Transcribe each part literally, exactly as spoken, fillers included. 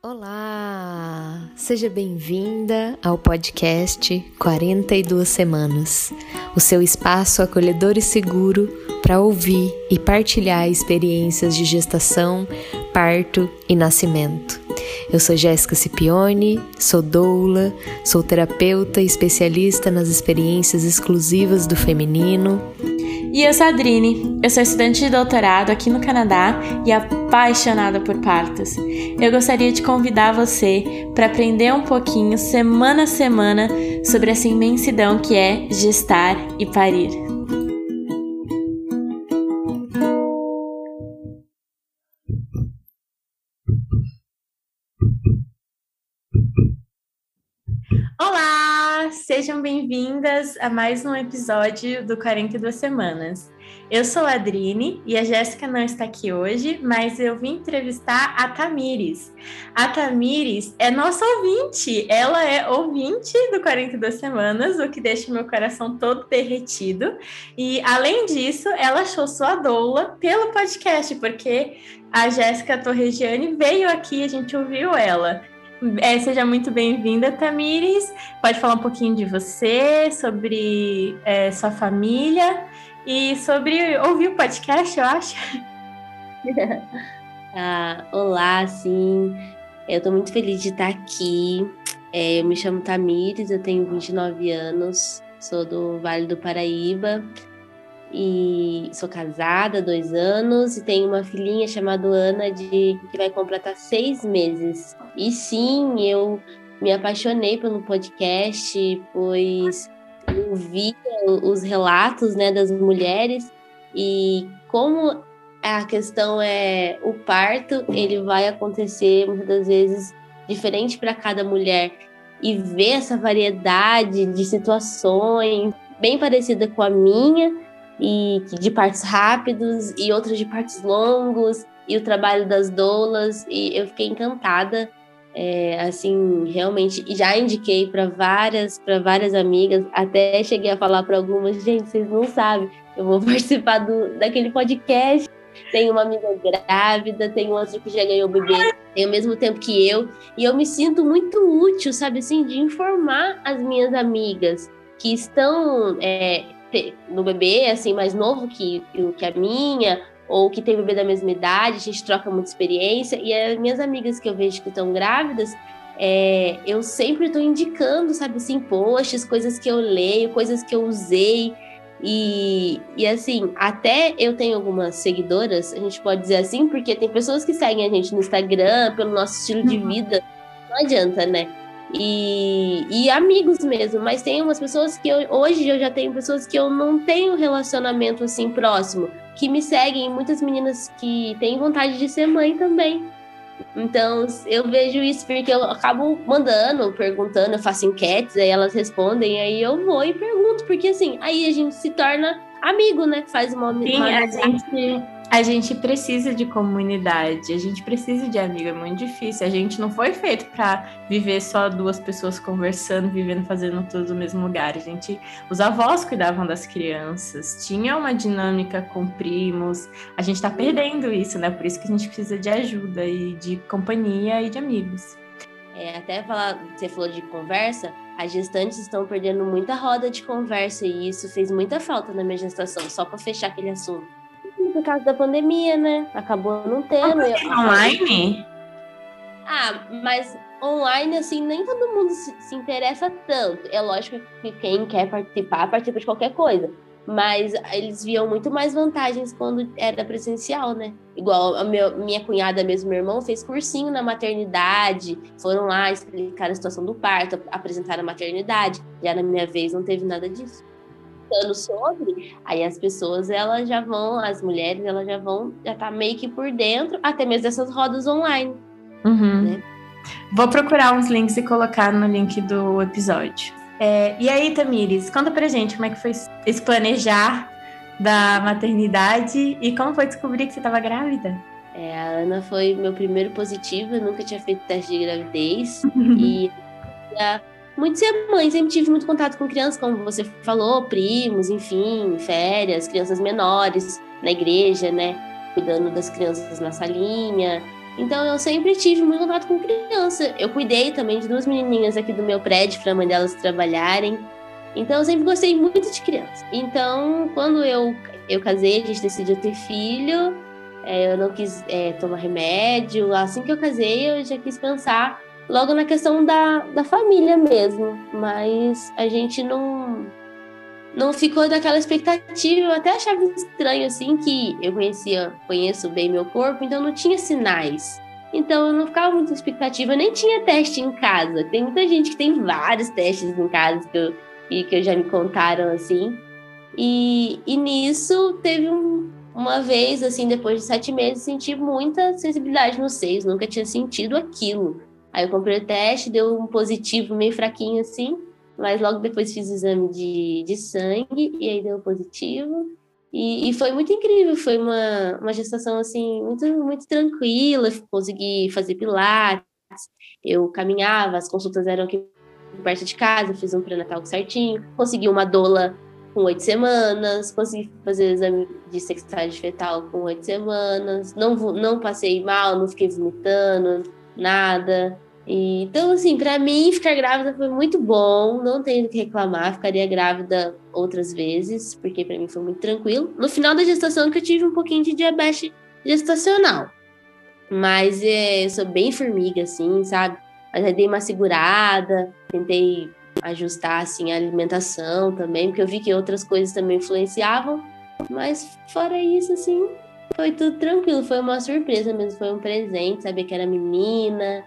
Olá! Seja bem-vinda ao podcast quarenta e duas Semanas, o seu espaço acolhedor e seguro para ouvir e partilhar experiências de gestação, parto e nascimento. Eu sou Jéssica Scipione, sou doula, sou terapeuta e especialista nas experiências exclusivas do feminino. E eu sou a Adrine, eu sou estudante de doutorado aqui no Canadá e apaixonada por partos. Eu gostaria de convidar você para aprender um pouquinho, semana a semana, sobre essa imensidão que é gestar e parir. Olá! Sejam bem-vindas a mais um episódio do quarenta e duas Semanas. Eu sou a Adrine e a Jéssica não está aqui hoje, mas eu vim entrevistar a Tamires. A Tamires é nossa ouvinte, ela é ouvinte do quarenta e duas Semanas, o que deixa meu coração todo derretido. E, além disso, ela achou sua doula pelo podcast, porque a Jéssica Torregiani veio aqui e a gente ouviu ela. É, seja muito bem-vinda, Tamires. Pode falar um pouquinho de você, sobre é, sua família e sobre ouvir o podcast, eu acho. ah, olá, sim. Eu tô muito feliz de estar aqui. É, eu me chamo Tamires, eu tenho vinte e nove anos, sou do Vale do Paraíba e sou casada há dois anos e tenho uma filhinha chamada Ana de, que vai completar seis meses. E sim, eu me apaixonei pelo podcast, pois eu via os relatos, né, das mulheres e como a questão é o parto, ele vai acontecer muitas das vezes diferente para cada mulher e ver essa variedade de situações bem parecida com a minha, e de partos rápidos e outros de partos longos e o trabalho das doulas, e eu fiquei encantada, é, assim, realmente, e já indiquei para várias, para várias amigas, até cheguei a falar para algumas, gente, vocês não sabem, eu vou participar do, daquele podcast, tem uma amiga grávida, tem outra que já ganhou bebê, tem o mesmo tempo que eu, e eu me sinto muito útil, sabe, assim, de informar as minhas amigas que estão é, no bebê, assim, mais novo que, que a minha, ou que tem bebê da mesma idade, a gente troca muita experiência, e as minhas amigas que eu vejo que estão grávidas, é, eu sempre estou indicando, sabe, assim, posts, coisas que eu leio, coisas que eu usei, e, e assim, até eu tenho algumas seguidoras, a gente pode dizer assim, porque tem pessoas que seguem a gente no Instagram, pelo nosso estilo de vida, não adianta, né? E, e amigos mesmo, mas tem umas pessoas que eu, hoje eu já tenho pessoas que eu não tenho relacionamento assim próximo, que me seguem, muitas meninas que têm vontade de ser mãe também. Então eu vejo isso porque eu acabo mandando, perguntando, eu faço enquetes, aí elas respondem, aí eu vou e pergunto, porque assim, aí a gente se torna amigo, né? Faz uma, Sim, uma a gente, a gente precisa de comunidade, a gente precisa de amigo, é muito difícil. A gente não foi feito para viver só duas pessoas conversando, vivendo, fazendo tudo no mesmo lugar. A gente, os avós cuidavam das crianças, tinha uma dinâmica com primos. A gente tá perdendo isso, né? Por isso que a gente precisa de ajuda e de companhia e de amigos. É, até falar, você falou de conversa, as gestantes estão perdendo muita roda de conversa e isso fez muita falta na minha gestação, só para fechar aquele assunto. Por causa da pandemia, né? Acabou não tendo. Eu... Online? Ah, mas online, assim, nem todo mundo se, se interessa tanto. É lógico que quem quer participar, participa de qualquer coisa. Mas eles viam muito mais vantagens quando era presencial, né? Igual a meu, minha cunhada mesmo, meu irmão, fez cursinho na maternidade, foram lá explicar a situação do parto, apresentar a maternidade. Já na minha vez não teve nada disso. Falando sobre, aí as pessoas, elas já vão, as mulheres, elas já vão, já tá meio que por dentro, até mesmo dessas rodas online. Uhum. Né? Vou procurar uns links e colocar no link do episódio. É, e aí, Tamires, conta pra gente como é que foi esse planejar da maternidade e como foi descobrir que você estava grávida? É, a Ana foi meu primeiro positivo, eu nunca tinha feito teste de gravidez e a, muito ser mãe, sempre tive muito contato com crianças, como você falou, primos, enfim, férias, crianças menores na igreja, né, cuidando das crianças na salinha, Então eu sempre tive muito contato com criança. Eu cuidei também de duas menininhas aqui do meu prédio para a mãe delas trabalharem. Então eu sempre gostei muito de criança. Então quando eu, eu casei, a gente decidiu ter filho, é, eu não quis é, tomar remédio. Assim que eu casei, eu já quis pensar logo na questão da, da família mesmo. Mas a gente não... não ficou daquela expectativa. Eu até achava estranho, assim, que eu conhecia, conheço bem meu corpo, então não tinha sinais. Então eu não ficava muito expectativa, nem tinha teste em casa. Tem muita gente que tem vários testes em casa que, eu, que eu já me contaram, assim. E, e nisso teve um, uma vez, assim, depois de sete meses, senti muita sensibilidade nos seios, nunca tinha sentido aquilo. Aí eu comprei o teste, deu um positivo meio fraquinho, assim, mas logo depois fiz o exame de, de sangue e aí deu positivo. E, e foi muito incrível, foi uma, uma gestação assim, muito, muito tranquila, consegui fazer pilates, eu caminhava, as consultas eram aqui perto de casa, fiz um pré-natal certinho, consegui uma doula com oito semanas, consegui fazer o exame de sexagem fetal com oito semanas, não, não passei mal, não fiquei vomitando, nada. E, então, assim, pra mim, ficar grávida foi muito bom, não tenho o que reclamar, ficaria grávida outras vezes, porque pra mim foi muito tranquilo. No final da gestação que eu tive um pouquinho de diabetes gestacional, mas é, eu sou bem formiga, assim, sabe? Mas aí dei uma segurada, tentei ajustar, assim, a alimentação também, porque eu vi que outras coisas também influenciavam, mas fora isso, assim, foi tudo tranquilo, foi uma surpresa mesmo, foi um presente, saber que era menina.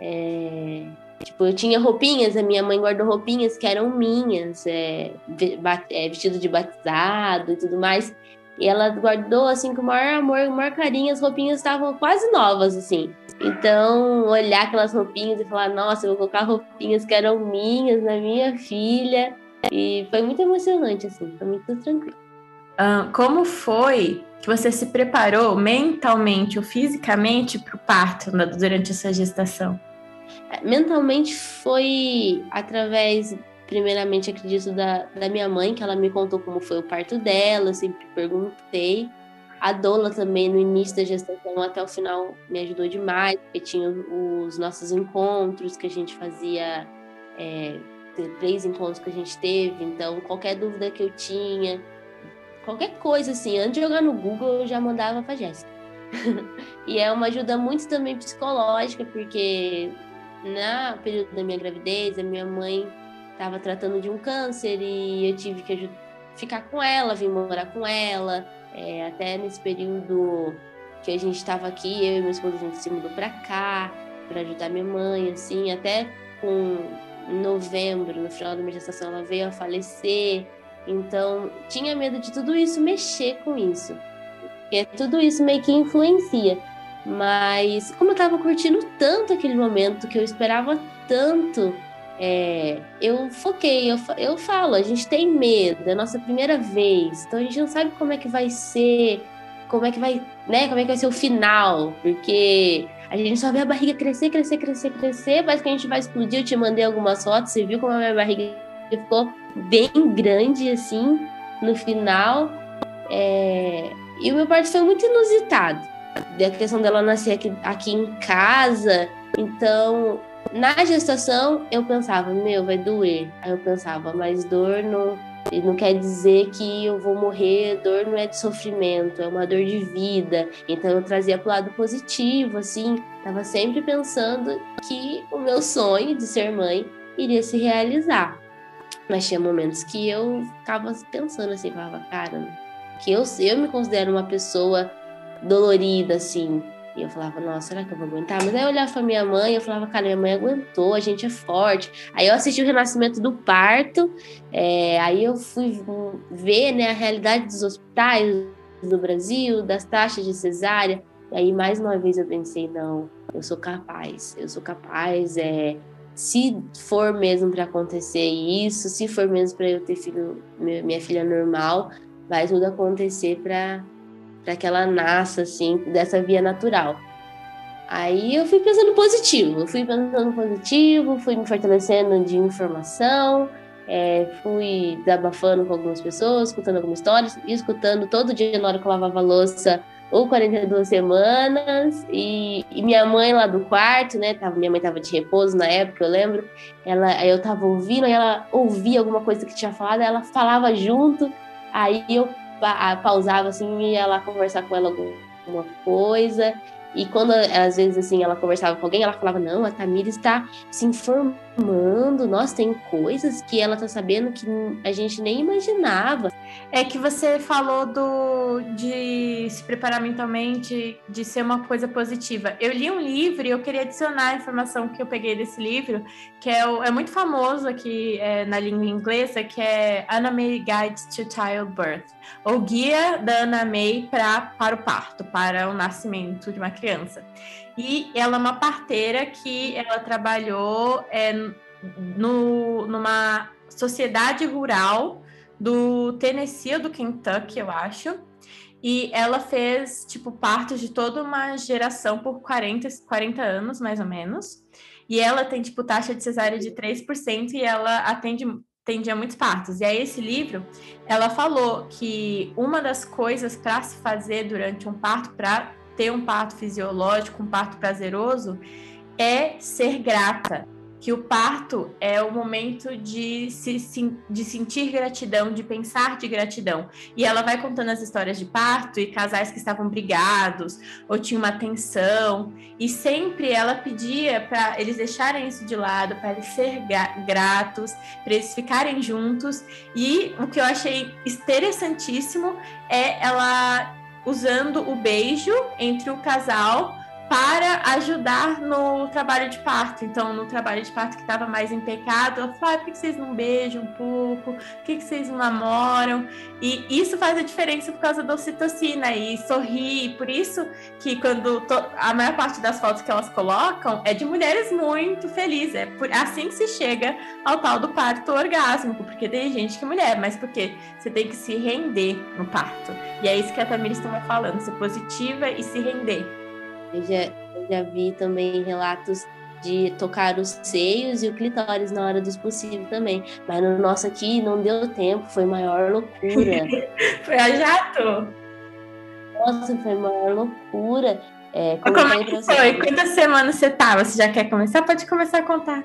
É, tipo, eu tinha roupinhas, a minha mãe guardou roupinhas que eram minhas, é, vestido de batizado e tudo mais, e ela guardou assim com o maior amor, com o maior carinho, as roupinhas estavam quase novas, assim. Então, olhar aquelas roupinhas e falar, nossa, eu vou colocar roupinhas que eram minhas na minha filha, e foi muito emocionante, assim, foi muito tranquilo. Uh, como foi que você se preparou mentalmente ou fisicamente para o parto durante a sua gestação? Mentalmente foi através, primeiramente, acredito, da, da minha mãe, que ela me contou como foi o parto dela, eu sempre perguntei. A doula também, no início da gestação até o final, me ajudou demais, porque tinha os nossos encontros que a gente fazia, é, três encontros que a gente teve, então qualquer dúvida que eu tinha, qualquer coisa assim, antes de jogar no Google, eu já mandava pra Jéssica. E é uma ajuda muito também psicológica, porque no período da minha gravidez, a minha mãe estava tratando de um câncer e eu tive que ajudar, ficar com ela, vim morar com ela. É, até nesse período que a gente estava aqui, eu e meu esposo, a gente se mudou para cá para ajudar minha mãe, assim, até com em novembro, no final da minha gestação, ela veio a falecer. Então, tinha medo de tudo isso mexer com isso. Porque tudo isso meio que influencia. Mas, como eu tava curtindo tanto aquele momento, que eu esperava tanto, é, eu foquei, eu, eu falo, a gente tem medo, é a nossa primeira vez, então a gente não sabe como é que vai ser, como é que vai, né, como é que vai ser o final, porque a gente só vê a barriga crescer, crescer, crescer, crescer, parece que a gente vai explodir. Eu te mandei algumas fotos, você viu como a minha barriga ficou bem grande, assim, no final, é, e o meu parto foi muito inusitado. Da questão dela nascer aqui, aqui em casa. Então, na gestação, eu pensava, meu, vai doer. Aí eu pensava, mas dor não, não quer dizer que eu vou morrer. Dor não é de sofrimento, é uma dor de vida. Então, eu trazia pro lado positivo, assim. Tava sempre pensando que o meu sonho de ser mãe iria se realizar. Mas tinha momentos que eu tava pensando assim, falava, cara, que eu, eu me considero uma pessoa dolorida, assim, e eu falava, nossa, será que eu vou aguentar? Mas aí eu olhava pra minha mãe, eu falava, cara, minha mãe aguentou, a gente é forte. Aí eu assisti o renascimento do parto, é, aí eu fui ver, né, a realidade dos hospitais do Brasil, das taxas de cesárea, e aí mais uma vez eu pensei, não, eu sou capaz, eu sou capaz, é, se for mesmo para acontecer isso, se for mesmo para eu ter filho, minha filha normal, vai tudo acontecer para para que ela nasça, assim, dessa via natural. Aí eu fui pensando positivo, eu fui pensando positivo, fui me fortalecendo de informação, é, fui desabafando com algumas pessoas, escutando algumas histórias, e escutando todo dia na hora que eu lavava a louça o quarenta e duas semanas, e, e minha mãe lá do quarto, né, tava, minha mãe tava de repouso na época, eu lembro, ela, aí eu tava ouvindo, aí ela ouvia alguma coisa que tinha falado, aí ela falava junto, aí eu pa, pausava assim, e ia lá conversar com ela alguma coisa, e quando, às vezes, assim, ela conversava com alguém, ela falava, não, a Tamires está se informando, nossa, tem coisas que ela tá sabendo que a gente nem imaginava. É que você falou do, de se preparar mentalmente, de ser uma coisa positiva. Eu li um livro e eu queria adicionar a informação que eu peguei desse livro, que é, o, é muito famoso aqui é, na língua inglesa, que é Anna May Guide to Childbirth, ou Guia da Anna May pra, para o parto, para o nascimento de uma criança. E ela é uma parteira que ela trabalhou é, no, numa sociedade rural do Tennessee ou do Kentucky, eu acho. E ela fez, tipo, partos de toda uma geração por quarenta, quarenta anos, mais ou menos. E ela tem, tipo, taxa de cesárea de três por cento e ela atende, atendia muitos partos. E aí, esse livro, ela falou que uma das coisas para se fazer durante um parto, para ter um parto fisiológico, um parto prazeroso, é ser grata. Que o parto é o momento de, se, de sentir gratidão, de pensar de gratidão. E ela vai contando as histórias de parto e casais que estavam brigados ou tinham uma tensão. E sempre ela pedia para eles deixarem isso de lado, para eles serem gratos, para eles ficarem juntos. E o que eu achei interessantíssimo é ela usando o beijo entre o casal para ajudar no trabalho de parto. Então, no trabalho de parto que estava mais em pecado, ela falou, ah, por que vocês não beijam um pouco? Por que vocês não namoram? E isso faz a diferença por causa da ocitocina e sorrir. Por isso que quando to... a maior parte das fotos que elas colocam é de mulheres muito felizes. É por... assim que se chega ao tal do parto orgásmico, porque tem gente que é mulher, mas porque você tem que se render no parto. E é isso que a Tamires estava falando, ser positiva e se render. Eu já, eu já vi também relatos de tocar os seios e o clitóris na hora dos possíveis também. Mas no nosso aqui não deu tempo, foi maior loucura. Foi a jato? Nossa, foi maior loucura. É, como como é que foi? Quantas semanas você tava? Você já quer começar? Pode começar a contar.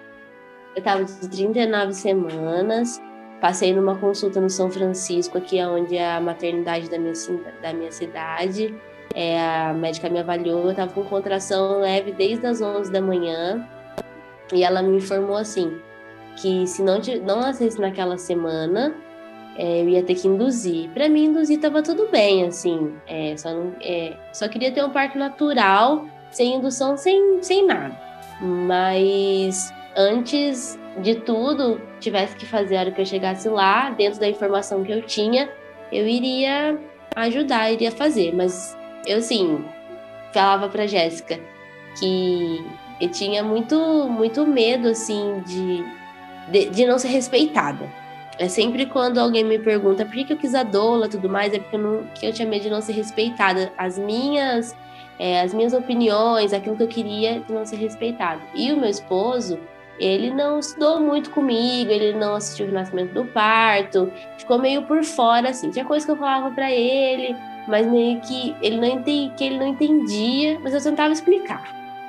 Eu tava de trinta e nove semanas. Passei numa consulta no São Francisco, aqui onde é a maternidade da minha, da minha cidade. É, a médica me avaliou, eu tava com contração leve desde as onze da manhã e ela me informou assim, que se não, não nascesse naquela semana, é, eu ia ter que induzir. Pra mim, induzir tava tudo bem, assim, é, só, não, é, só queria ter um parto natural, sem indução, sem, sem nada. Mas antes de tudo, tivesse que fazer a hora que eu chegasse lá, dentro da informação que eu tinha, eu iria ajudar, iria fazer, mas eu, assim, falava pra Jéssica que eu tinha muito, muito medo, assim, de, de, de não ser respeitada. É sempre quando alguém me pergunta por que, que eu quis a doula e tudo mais, é porque eu, não, que eu tinha medo de não ser respeitada. As minhas, é, as minhas opiniões, aquilo que eu queria, de não ser respeitado. E o meu esposo, ele não estudou muito comigo, ele não assistiu o nascimento do parto, ficou meio por fora, assim. Tinha coisa que eu falava pra ele, mas meio que ele não entendia, que ele não entendia, mas eu tentava explicar.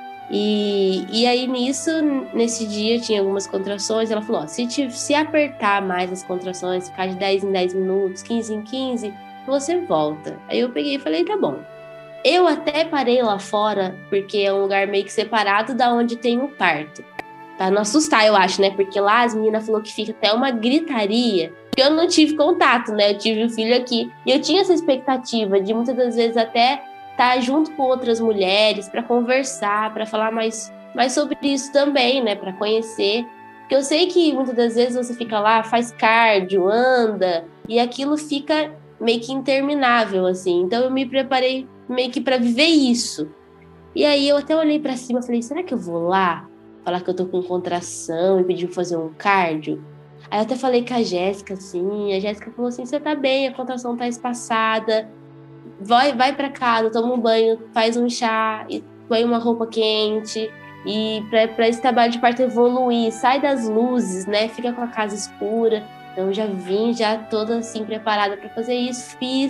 E, e aí nisso, nesse dia tinha algumas contrações, ela falou, ó, se, te, se apertar mais as contrações, ficar de dez em dez minutos, quinze em quinze, você volta. Aí eu peguei e falei, tá bom. Eu até parei lá fora, porque é um lugar meio que separado da onde tem o parto. Pra não assustar, eu acho, né? Porque lá as meninas falaram que fica até uma gritaria. Porque eu não tive contato, né? Eu tive o filho aqui. E eu tinha essa expectativa de muitas das vezes até estar junto com outras mulheres para conversar, para falar mais, mais sobre isso também, né? Para conhecer. Porque eu sei que muitas das vezes você fica lá, faz cardio, anda, e aquilo fica meio que interminável, assim. Então eu me preparei meio que para viver isso. E aí eu até olhei para cima e falei, será que eu vou lá? Falar que eu tô com contração e pedir pra fazer um cardio. Aí eu até falei com a Jéssica, assim, a Jéssica falou assim, você tá bem, a contração tá espaçada, vai, vai pra casa, toma um banho, faz um chá, e põe uma roupa quente, e pra, pra esse trabalho de parto evoluir, sai das luzes, né, fica com a casa escura. Então eu já vim, já toda assim, preparada pra fazer isso, fiz,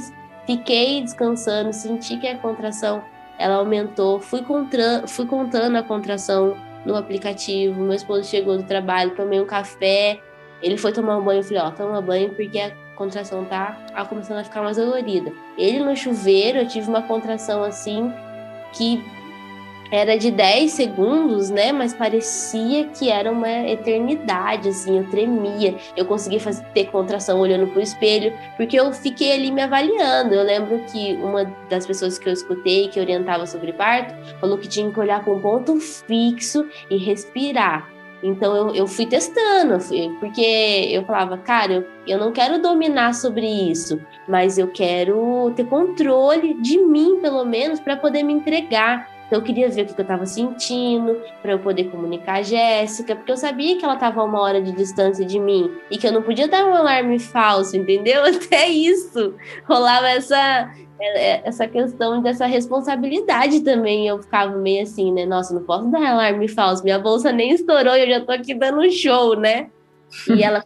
fiquei descansando, senti que a contração ela aumentou, fui, contra, fui contando a contração no aplicativo, meu esposo chegou do trabalho, tomei um café, ele foi tomar um banho, eu falei, ó, toma banho porque a contração tá começando a ficar mais dolorida. Ele no chuveiro, eu tive uma contração assim, que era de dez segundos, né, mas parecia que era uma eternidade, assim, eu tremia, eu conseguia fazer, ter contração olhando pro espelho, porque eu fiquei ali me avaliando. Eu lembro que uma das pessoas que eu escutei, que orientava sobre parto, falou que tinha que olhar com um ponto fixo e respirar. Então eu, eu fui testando, porque eu falava, cara, eu, eu não quero dominar sobre isso, mas eu quero ter controle de mim, pelo menos, para poder me entregar. Então eu queria ver o que eu estava sentindo, para eu poder comunicar a Jéssica, porque eu sabia que ela estava a uma hora de distância de mim e que eu não podia dar um alarme falso, entendeu? Até isso rolava essa, essa questão dessa responsabilidade também. Eu ficava meio assim, né? Nossa, não posso dar alarme falso, minha bolsa nem estourou e eu já tô aqui dando um show, né? E ela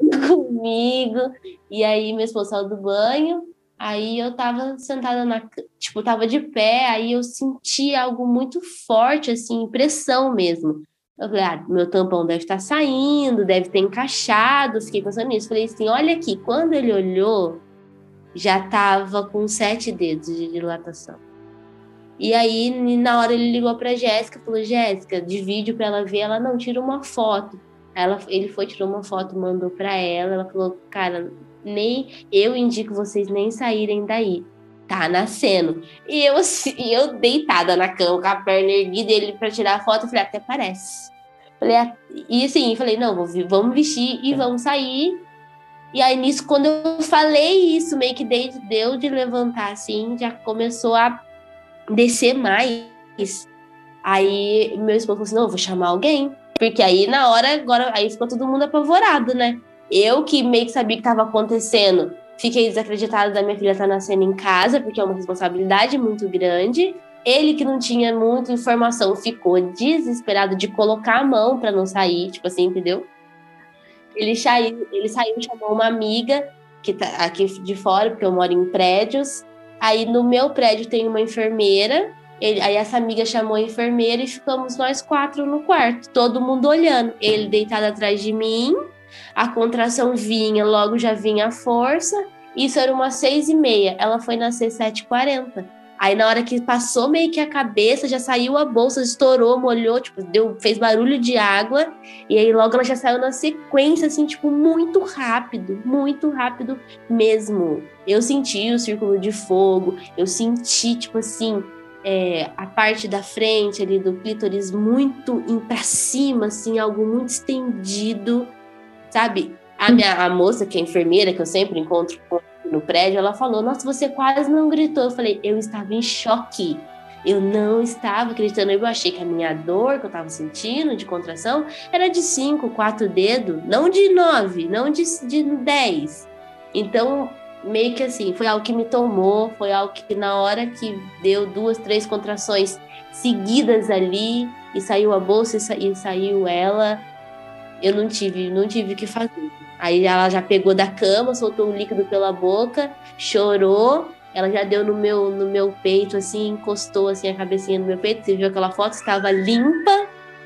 comigo, e aí meu esposo saiu do banho. Aí eu tava sentada na... Tipo, tava de pé, aí eu senti algo muito forte, assim, pressão mesmo. Eu falei, ah, meu tampão deve estar saindo, deve ter encaixado. Fiquei pensando nisso. Falei assim, olha aqui. Quando ele olhou, já tava com sete dedos de dilatação. E aí, na hora, ele ligou pra Jéssica, falou, Jéssica, de vídeo pra ela ver. Ela, não, tira uma foto. Ela, ele foi, tirou uma foto, mandou pra ela. Ela falou, cara... nem eu indico vocês nem saírem daí, tá nascendo. E eu, assim, eu deitada na cama, com a perna erguida, ele pra tirar a foto, eu falei, até parece. Falei, e assim, falei, não, vamos vestir e vamos sair. E aí nisso, quando eu falei isso, meio que deu de levantar assim, já começou a descer mais. Aí meu esposo falou assim, não, eu vou chamar alguém. Porque aí na hora, agora, aí ficou todo mundo apavorado, né? Eu, que meio que sabia o que estava acontecendo, fiquei desacreditada da minha filha estar nascendo em casa, porque é uma responsabilidade muito grande. Ele, que não tinha muita informação, ficou desesperado de colocar a mão para não sair, tipo assim, entendeu? Ele saiu, ele saiu e chamou uma amiga, que tá aqui de fora, porque eu moro em prédios. Aí no meu prédio tem uma enfermeira, ele, aí essa amiga chamou a enfermeira e ficamos nós quatro no quarto, todo mundo olhando. Ele deitado atrás de mim, a contração vinha, logo já vinha a força. Isso era umas seis e meia. Ela foi nascer sete e quarenta. Aí na hora que passou meio que a cabeça, já saiu a bolsa, estourou, molhou, tipo, deu, fez barulho de água. E aí logo ela já saiu na sequência, assim, tipo, muito rápido, muito rápido mesmo. Eu senti o círculo de fogo, eu senti, tipo assim, é, a parte da frente ali do clítoris muito pra cima, assim, algo muito estendido. Sabe, a, minha, a moça, que é enfermeira, que eu sempre encontro no prédio, ela falou, nossa, você quase não gritou. Eu falei, eu estava em choque. Eu não estava acreditando. Eu achei que a minha dor que eu estava sentindo de contração era de cinco, quatro dedos, não de nove, não de, de dez. Então, meio que assim, foi algo que me tomou, foi algo que na hora que deu duas, três contrações seguidas ali, e saiu a bolsa e, sa- e saiu ela... Eu não tive, não tive o que fazer. Aí ela já pegou da cama, soltou o líquido pela boca, chorou. Ela já deu no meu, no meu peito, assim, encostou assim a cabecinha no meu peito. Você viu aquela foto? Estava limpa,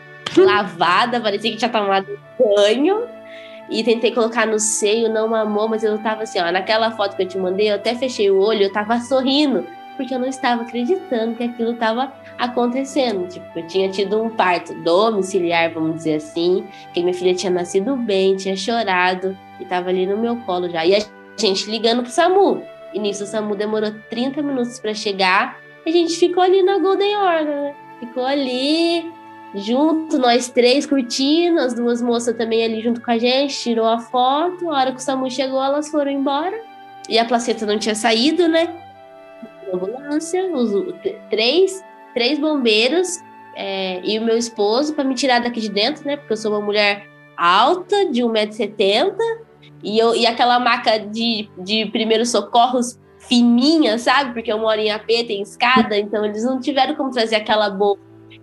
lavada, parecia que tinha tomado banho. E tentei colocar no seio, não mamou, mas eu tava assim, ó. Naquela foto que eu te mandei, eu até fechei o olho, eu tava sorrindo, porque eu não estava acreditando que aquilo estava acontecendo. Tipo, eu tinha tido um parto domiciliar, vamos dizer assim, que minha filha tinha nascido bem, tinha chorado e estava ali no meu colo já. E a gente ligando pro SAMU. E nisso o SAMU demorou trinta minutos para chegar e a gente ficou ali na Golden Order, né? Ficou ali junto, nós três curtindo, as duas moças também ali junto com a gente, tirou a foto. A hora que o SAMU chegou, elas foram embora. E a placenta não tinha saído, né? Ambulância, os três, três bombeiros é, e o meu esposo para me tirar daqui de dentro, né? Porque eu sou uma mulher alta, de um metro e setenta, e, eu, e aquela maca de, de primeiros socorros fininha, sabe? Porque eu moro em A P, tem escada, então eles não tiveram como trazer aquela bolsa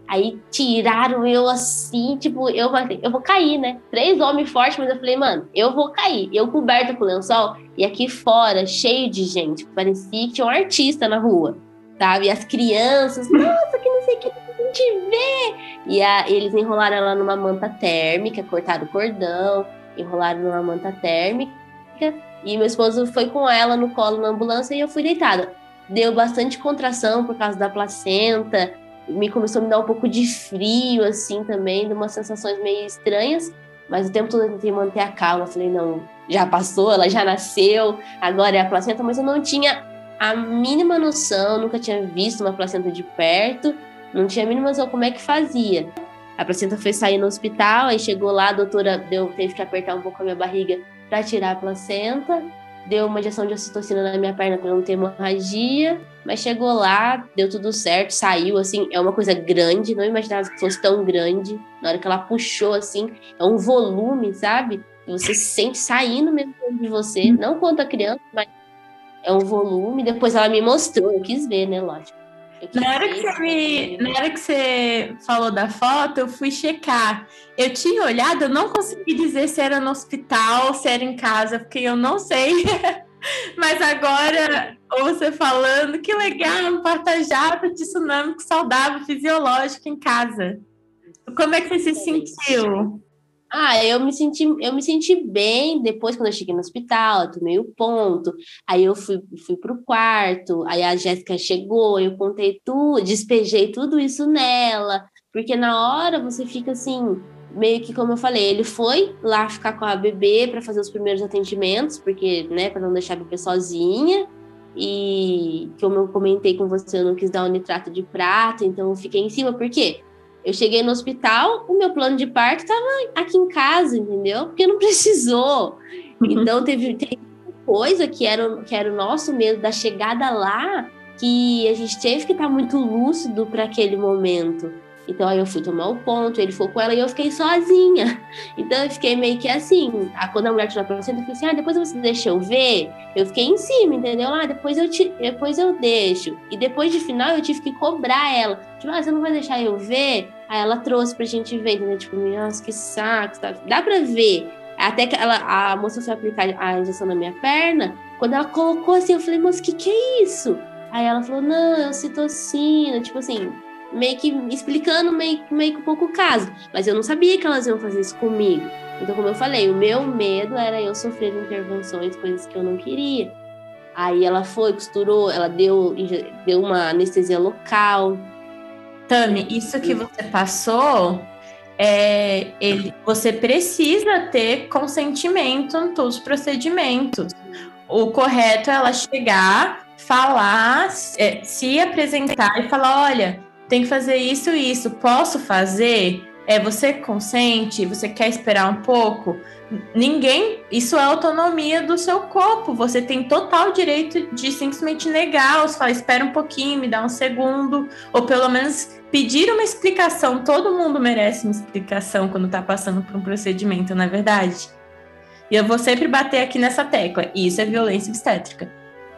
Aí tiraram eu assim, tipo, eu, eu vou cair, né? Três homens fortes, mas eu falei, mano, eu vou cair. Eu coberta com lençol e aqui fora, cheio de gente. Parecia que tinha um artista na rua, sabe? E as crianças, nossa, que não sei o que, a gente vê. E a, eles enrolaram ela numa manta térmica, cortaram o cordão, enrolaram numa manta térmica. E meu esposo foi com ela no colo na ambulância e eu fui deitada. Deu bastante contração por causa da placenta. Me começou a me dar um pouco de frio, assim, também, de umas sensações meio estranhas, mas o tempo todo eu tentei manter a calma. Falei, não, já passou, ela já nasceu, agora é a placenta, mas eu não tinha a mínima noção, nunca tinha visto uma placenta de perto, não tinha a mínima noção como é que fazia. A placenta foi sair no hospital, aí chegou lá, a doutora deu, teve que apertar um pouco a minha barriga para tirar a placenta, deu uma injeção de ocitocina na minha perna para não ter hemorragia, mas chegou lá, deu tudo certo, saiu, assim, é uma coisa grande, não imaginava que fosse tão grande. Na hora que ela puxou, assim, é um volume, sabe? Que você sente saindo mesmo de você, não quanto a criança, mas é um volume. Depois ela me mostrou, eu quis ver, né, lógico. Na hora, que você me, na hora que você falou da foto, eu fui checar. Eu tinha olhado, eu não consegui dizer se era no hospital, se era em casa, porque eu não sei. Mas agora, você falando, que legal, um porta-jato de tsunami saudável, fisiológico em casa. Como é que você se sentiu? Ah, eu me senti, eu me senti bem depois quando eu cheguei no hospital, eu tomei o ponto, aí eu fui, fui pro quarto, aí a Jéssica chegou, eu contei tudo, despejei tudo isso nela, porque na hora você fica assim, meio que como eu falei, ele foi lá ficar com a bebê para fazer os primeiros atendimentos, porque, né, para não deixar a bebê sozinha, e como eu comentei com você, eu não quis dar um nitrato de prata, então eu fiquei em cima, por quê? Eu cheguei no hospital, o meu plano de parto estava aqui em casa, entendeu? Porque não precisou. Então, teve, teve coisa que era, que era o nosso medo da chegada lá, que a gente teve que estar muito lúcido para aquele momento. Então, aí eu fui tomar o ponto, ele foi com ela e eu fiquei sozinha. Então, eu fiquei meio que assim. Quando a mulher tirou a placenta, eu falei assim, ah, depois você deixa eu ver? Eu fiquei em cima, entendeu? Ah, depois eu, te, depois eu deixo. E depois de final, eu tive que cobrar ela. Tipo, ah, você não vai deixar eu ver? Aí ela trouxe pra gente ver, entendeu? Tipo, nossa, que saco, sabe? Dá pra ver. Até que ela, a moça foi aplicar a injeção na minha perna. Quando ela colocou assim, eu falei, moça, o que que é isso? Aí ela falou, não, é ocitocina. Tipo assim, meio que explicando meio, meio que um pouco o caso. Mas eu não sabia que elas iam fazer isso comigo. Então, como eu falei, o meu medo era eu sofrer intervenções, coisas que eu não queria. Aí ela foi, costurou, ela deu, deu uma anestesia local. Tami, isso que você passou, é, ele, você precisa ter consentimento em todos os procedimentos. O correto é ela chegar, falar, é, se apresentar e falar, olha, tem que fazer isso e isso, posso fazer? É, você consente? Você quer esperar um pouco? Ninguém, isso é autonomia do seu corpo, você tem total direito de simplesmente negar, ou falar, espera um pouquinho, me dá um segundo, ou pelo menos pedir uma explicação. Todo mundo merece uma explicação quando está passando por um procedimento, não é verdade? E eu vou sempre bater aqui nessa tecla, isso é violência obstétrica.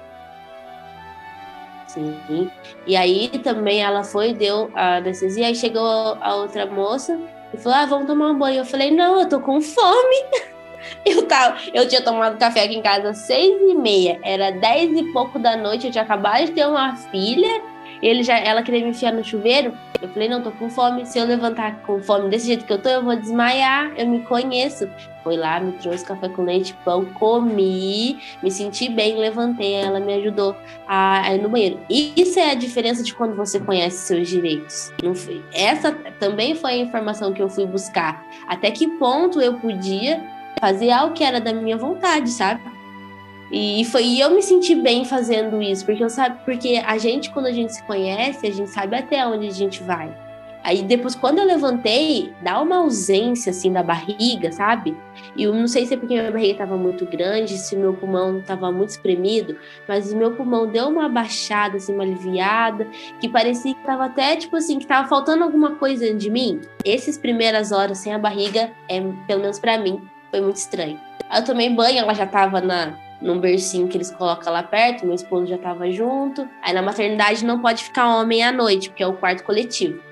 Sim, e aí também ela foi, deu a anestesia, aí chegou a outra moça e falou, ah, vamos tomar um banho. Eu falei, não, eu tô com fome. Eu, tava, eu tinha tomado café aqui em casa às seis e meia, era dez e pouco da noite, eu tinha acabado de ter uma filha, ele já, ela queria me enfiar no chuveiro. Eu falei, não, tô com fome, se eu levantar com fome desse jeito que eu tô, eu vou desmaiar, eu me conheço. Foi lá, me trouxe café com leite, pão, comi, me senti bem, levantei, ela me ajudou a, a ir no banheiro. E isso é a diferença de quando você conhece seus direitos. Não foi, essa também foi a informação que eu fui buscar. Até que ponto eu podia fazer algo que era da minha vontade, sabe? E foi, e eu me senti bem fazendo isso, porque eu sabe, porque a gente, quando a gente se conhece, a gente sabe até onde a gente vai. Aí depois, quando eu levantei, dá uma ausência, assim, da barriga, sabe? E eu não sei se é porque minha barriga estava muito grande, se meu pulmão estava muito espremido, mas o meu pulmão deu uma baixada, assim, uma aliviada, que parecia que estava até, tipo assim, que estava faltando alguma coisa dentro de mim. Essas primeiras horas sem a barriga, é, pelo menos para mim, foi muito estranho. Aí eu tomei banho, ela já estava na... num bercinho que eles colocam lá perto, meu esposo já tava junto. Aí na maternidade não pode ficar homem à noite, porque é o quarto coletivo.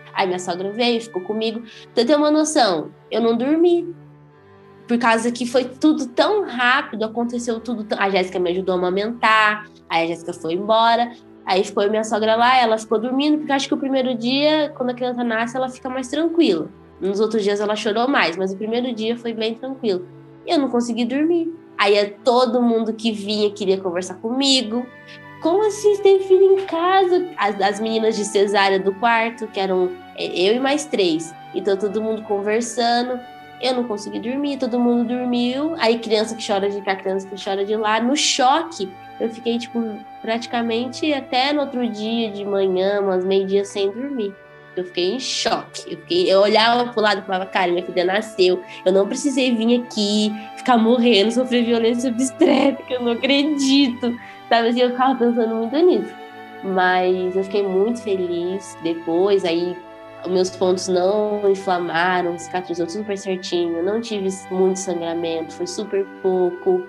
Aí minha sogra veio, ficou comigo. Então, ter uma noção, eu não dormi. Por causa que foi tudo tão rápido, aconteceu tudo tão... A Jéssica me ajudou a amamentar, aí a Jéssica foi embora, aí ficou a minha sogra lá, ela ficou dormindo, porque acho que o primeiro dia, quando a criança nasce, ela fica mais tranquila. Nos outros dias ela chorou mais, mas o primeiro dia foi bem tranquilo. E eu não consegui dormir. Aí todo mundo que vinha queria conversar comigo. Como assim você tem filho em casa? As, as meninas de cesárea do quarto, que eram eu e mais três. Então todo mundo conversando. Eu não consegui dormir, todo mundo dormiu. Aí criança que chora de cá, criança que chora de lá. No choque, eu fiquei, tipo, praticamente até no outro dia de manhã, umas meio-dia sem dormir. Eu fiquei em choque. Eu, fiquei, eu olhava pro lado e falava, cara, minha filha nasceu. Eu não precisei vir aqui, ficar morrendo, sofrer violência obstétrica. Eu não acredito. Sabe assim, eu ficava pensando muito nisso. Mas eu fiquei muito feliz depois, aí... Os meus pontos não inflamaram, cicatrizou tudo super certinho, não tive muito sangramento, foi super pouco.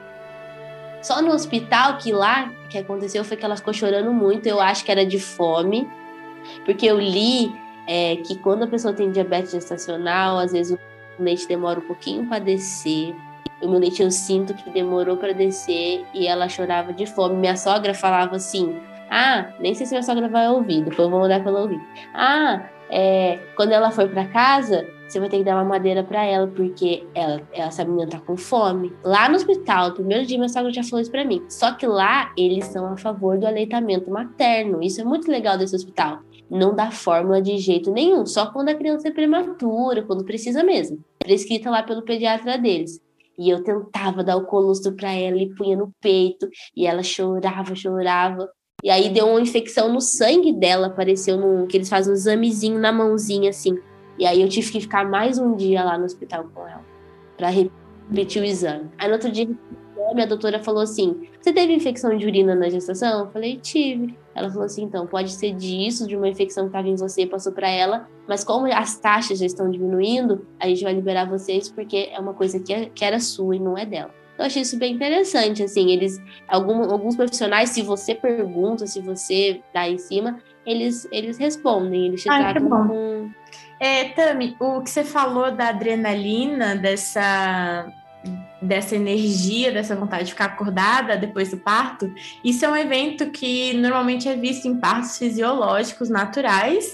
Só no hospital, que lá, o que aconteceu foi que ela ficou chorando muito, eu acho que era de fome, porque eu li é, que quando a pessoa tem diabetes gestacional, às vezes o leite demora um pouquinho para descer. O meu leite eu sinto que demorou para descer e ela chorava de fome. Minha sogra falava assim, ah, nem sei se minha sogra vai ouvir, depois eu vou mandar pra ela ouvir. Ah, É, quando ela for pra casa, você vai ter que dar uma madeira pra ela, porque ela, essa menina tá com fome. Lá no hospital, no primeiro dia, minha sogra já falou isso pra mim. Só que lá, eles são a favor do aleitamento materno. Isso é muito legal desse hospital. Não dá fórmula de jeito nenhum, só quando a criança é prematura, quando precisa mesmo. Prescrita lá pelo pediatra deles. E eu tentava dar o colostro pra ela e punha no peito, e ela chorava, chorava. E aí deu uma infecção no sangue dela, apareceu num, que eles fazem um examezinho na mãozinha, assim. E aí eu tive que ficar mais um dia lá no hospital com ela, pra repetir o exame. Aí no outro dia, minha doutora falou assim, você teve infecção de urina na gestação? Eu falei, tive. Ela falou assim, então, pode ser disso, de uma infecção que estava em você, passou pra ela, mas como as taxas já estão diminuindo, a gente vai liberar vocês, porque é uma coisa que, é, que era sua e não é dela. Eu achei isso bem interessante, assim, eles, algum, alguns profissionais, se você pergunta, se você dá em cima, eles, eles respondem, eles te Ai, tratam com... É, Tami, o que você falou da adrenalina, dessa, dessa energia, dessa vontade de ficar acordada depois do parto, isso é um evento que normalmente é visto em partos fisiológicos naturais,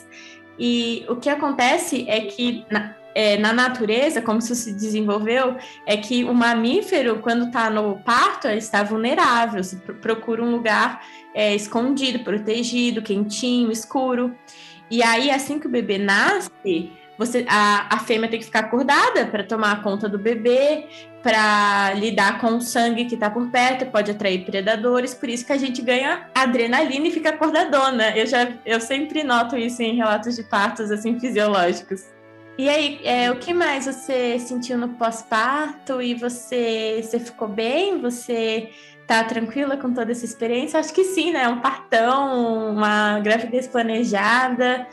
e o que acontece é que... Na, É, na natureza, como isso se desenvolveu, é que o mamífero, quando está no parto, ele está vulnerável, você procura um lugar é, escondido, protegido, quentinho, escuro. E aí, assim que o bebê nasce, você, a, a fêmea tem que ficar acordada para tomar conta do bebê, para lidar com o sangue que está por perto, pode atrair predadores, por isso que a gente ganha adrenalina e fica acordadona. Eu, já, eu sempre noto isso em relatos de partos assim, fisiológicos. E aí, é, o que mais você sentiu no pós-parto? E você, você ficou bem? Você tá tranquila com toda essa experiência? Acho que sim, né? Um partão, uma gravidez planejada.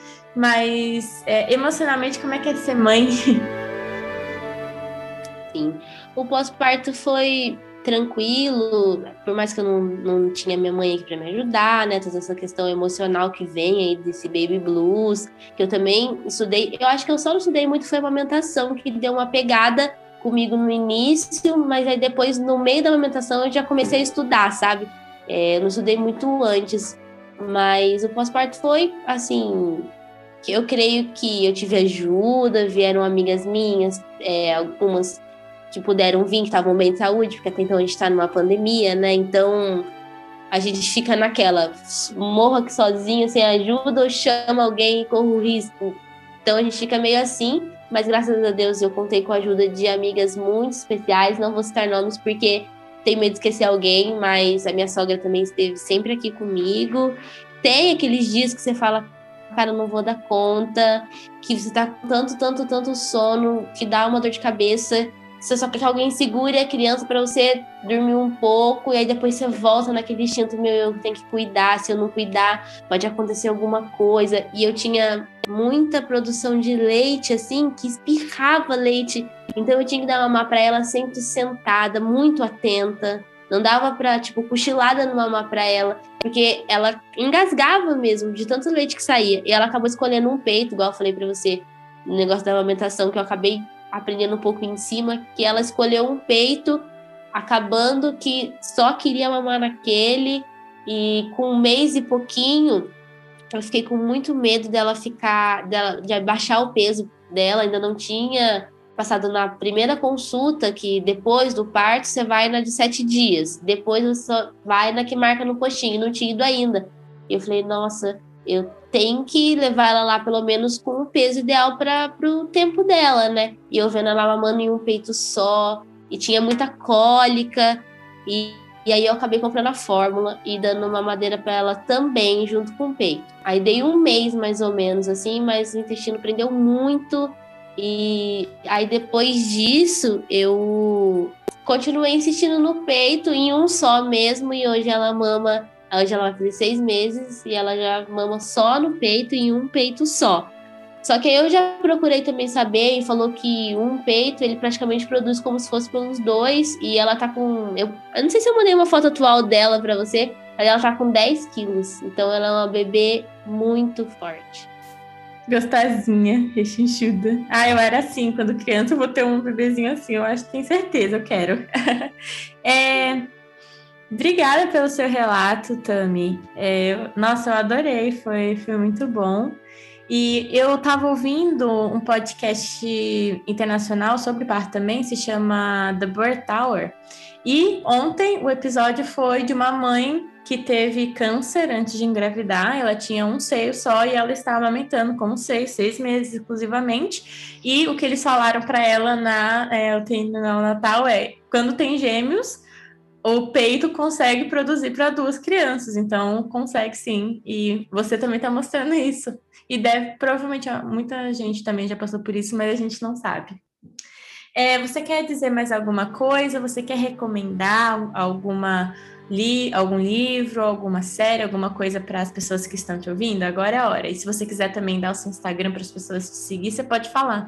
Mas é, emocionalmente, como é que é ser mãe? Sim, o pós-parto foi tranquilo, por mais que eu não, não tinha minha mãe aqui para me ajudar, né, toda essa questão emocional que vem aí desse baby blues, que eu também estudei, eu acho que eu só não estudei muito foi a amamentação, que deu uma pegada comigo no início, mas aí depois, no meio da amamentação, eu já comecei a estudar, sabe, é, eu não estudei muito antes, mas o pós-parto foi, assim, que eu creio que eu tive ajuda, vieram amigas minhas, é, algumas que puderam vir, que estavam bem de saúde, porque até então a gente está numa pandemia, né? Então a gente fica naquela, morro aqui sozinho, sem ajuda, ou chama alguém e corro o risco. Então a gente fica meio assim, mas graças a Deus eu contei com a ajuda de amigas muito especiais, não vou citar nomes porque tenho medo de esquecer alguém, mas a minha sogra também esteve sempre aqui comigo. Tem aqueles dias que você fala, cara, eu não vou dar conta, que você tá com tanto, tanto, tanto sono, que dá uma dor de cabeça, você só quer que alguém segure a criança para você dormir um pouco, e aí depois você volta naquele instinto, meu, eu tenho que cuidar, se eu não cuidar, pode acontecer alguma coisa. E eu tinha muita produção de leite, assim, que espirrava leite, então eu tinha que dar mamar para ela sempre sentada, muito atenta, não dava para, tipo, cochilada no mamar para ela. porque ela engasgava mesmo de tanto leite que saía. E ela acabou escolhendo um peito, igual eu falei pra você, no negócio da amamentação, que eu acabei aprendendo um pouco em cima, que ela escolheu um peito, acabando que só queria mamar naquele, e com um mês e pouquinho, eu fiquei com muito medo dela ficar, dela, de baixar o peso dela, ainda não tinha passado na primeira consulta, que depois do parto você vai na de sete dias, depois você só vai na que marca no postinho, não tinha ido ainda. E eu falei, nossa, eu tenho que levar ela lá pelo menos com o peso ideal para o tempo dela, né? E eu vendo ela mamando em um peito só, e tinha muita cólica, e, e aí eu acabei comprando a fórmula e dando uma mamadeira para ela também, junto com o peito. Aí dei um mês mais ou menos, assim, mas o intestino prendeu muito. E aí depois disso eu continuei insistindo no peito, em um só mesmo, e hoje ela mama, hoje ela vai fazer seis meses e ela já mama só no peito, em um peito só. Só que aí eu já procurei também saber, e falou que um peito ele praticamente produz como se fosse pelos dois, e ela tá com, eu, eu não sei se eu mandei uma foto atual dela pra você, mas ela tá com dez quilos, então ela é uma bebê muito forte. Gostosinha, rechinchuda. Ah, eu era assim, quando criança eu vou ter um bebezinho assim, eu acho que tenho certeza, eu quero. é, obrigada pelo seu relato, Tami. É, nossa, eu adorei, foi, foi muito bom. E eu estava ouvindo um podcast internacional sobre parto também, se chama The Birth Tower. E ontem o episódio foi de uma mãe que teve câncer antes de engravidar. Ela tinha um seio só e ela estava amamentando com um seio, seis meses exclusivamente. E o que eles falaram para ela na é, U T I no Natal é: quando tem gêmeos, o peito consegue produzir para duas crianças. Então, consegue sim. E você também está mostrando isso. E deve, provavelmente, muita gente também já passou por isso, mas a gente não sabe. É, você quer dizer mais alguma coisa? Você quer recomendar alguma, li, algum livro, alguma série, alguma coisa para as pessoas que estão te ouvindo? Agora é a hora. E se você quiser também dar o seu Instagram para as pessoas te seguir, você pode falar.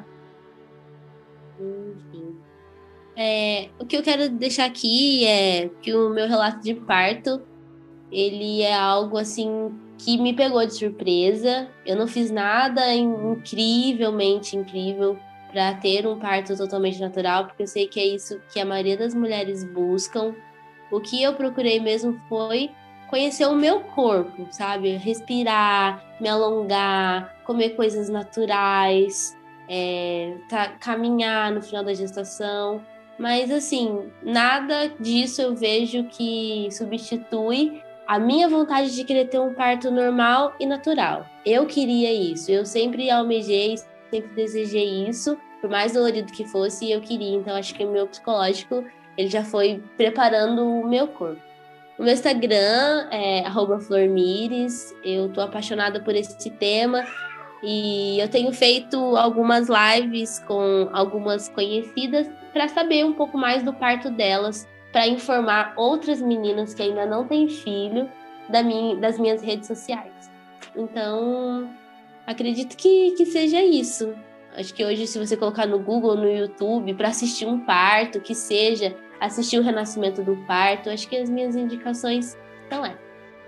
Enfim. É, o que eu quero deixar aqui é que o meu relato de parto, ele é algo assim que me pegou de surpresa. Eu não fiz nada incrivelmente incrível para ter um parto totalmente natural, porque eu sei que é isso que a maioria das mulheres buscam. O que eu procurei mesmo foi conhecer o meu corpo, sabe? Respirar, me alongar, comer coisas naturais, é, tá, caminhar no final da gestação. Mas, assim, nada disso eu vejo que substitui a minha vontade de querer ter um parto normal e natural. Eu queria isso, eu sempre almejei, sempre desejei isso, por mais dolorido que fosse, eu queria. Então, acho que o meu psicológico, ele já foi preparando o meu corpo. O meu Instagram é arroba flormires, eu tô apaixonada por esse tema e eu tenho feito algumas lives com algumas conhecidas para saber um pouco mais do parto delas, para informar outras meninas que ainda não têm filho da minha, das minhas redes sociais. Então, acredito que, que seja isso. Acho que hoje, se você colocar no Google, no YouTube, para assistir um parto, que seja assistir o renascimento do parto, acho que as minhas indicações estão lá.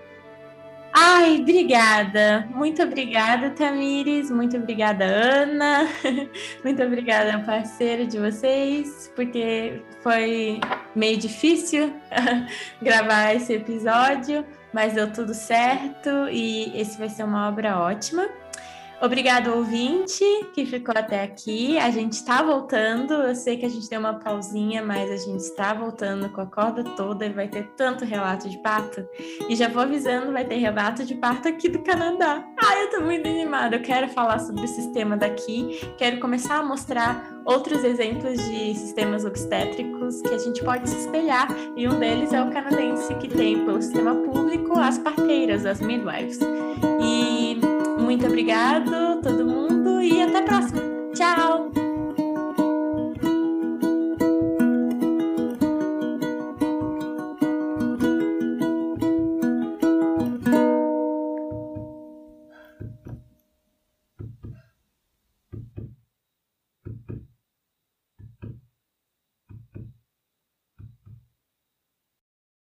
Ai, obrigada. Muito obrigada, Tamires. Muito obrigada, Ana. Muito obrigada, parceira de vocês, porque foi meio difícil gravar esse episódio, mas deu tudo certo e esse vai ser uma obra ótima. Obrigado, ouvinte, que ficou até aqui. A gente está voltando. Eu sei que a gente deu uma pausinha, mas a gente está voltando com a corda toda e vai ter tanto relato de parto. E já vou avisando, vai ter relato de parto aqui do Canadá. Ai, eu tô muito animada. Eu quero falar sobre o sistema daqui. Quero começar a mostrar outros exemplos de sistemas obstétricos que a gente pode se espelhar. E um deles é o canadense, que tem pelo sistema público as parteiras, as midwives. E muito obrigado, todo mundo, e até a próxima. Tchau!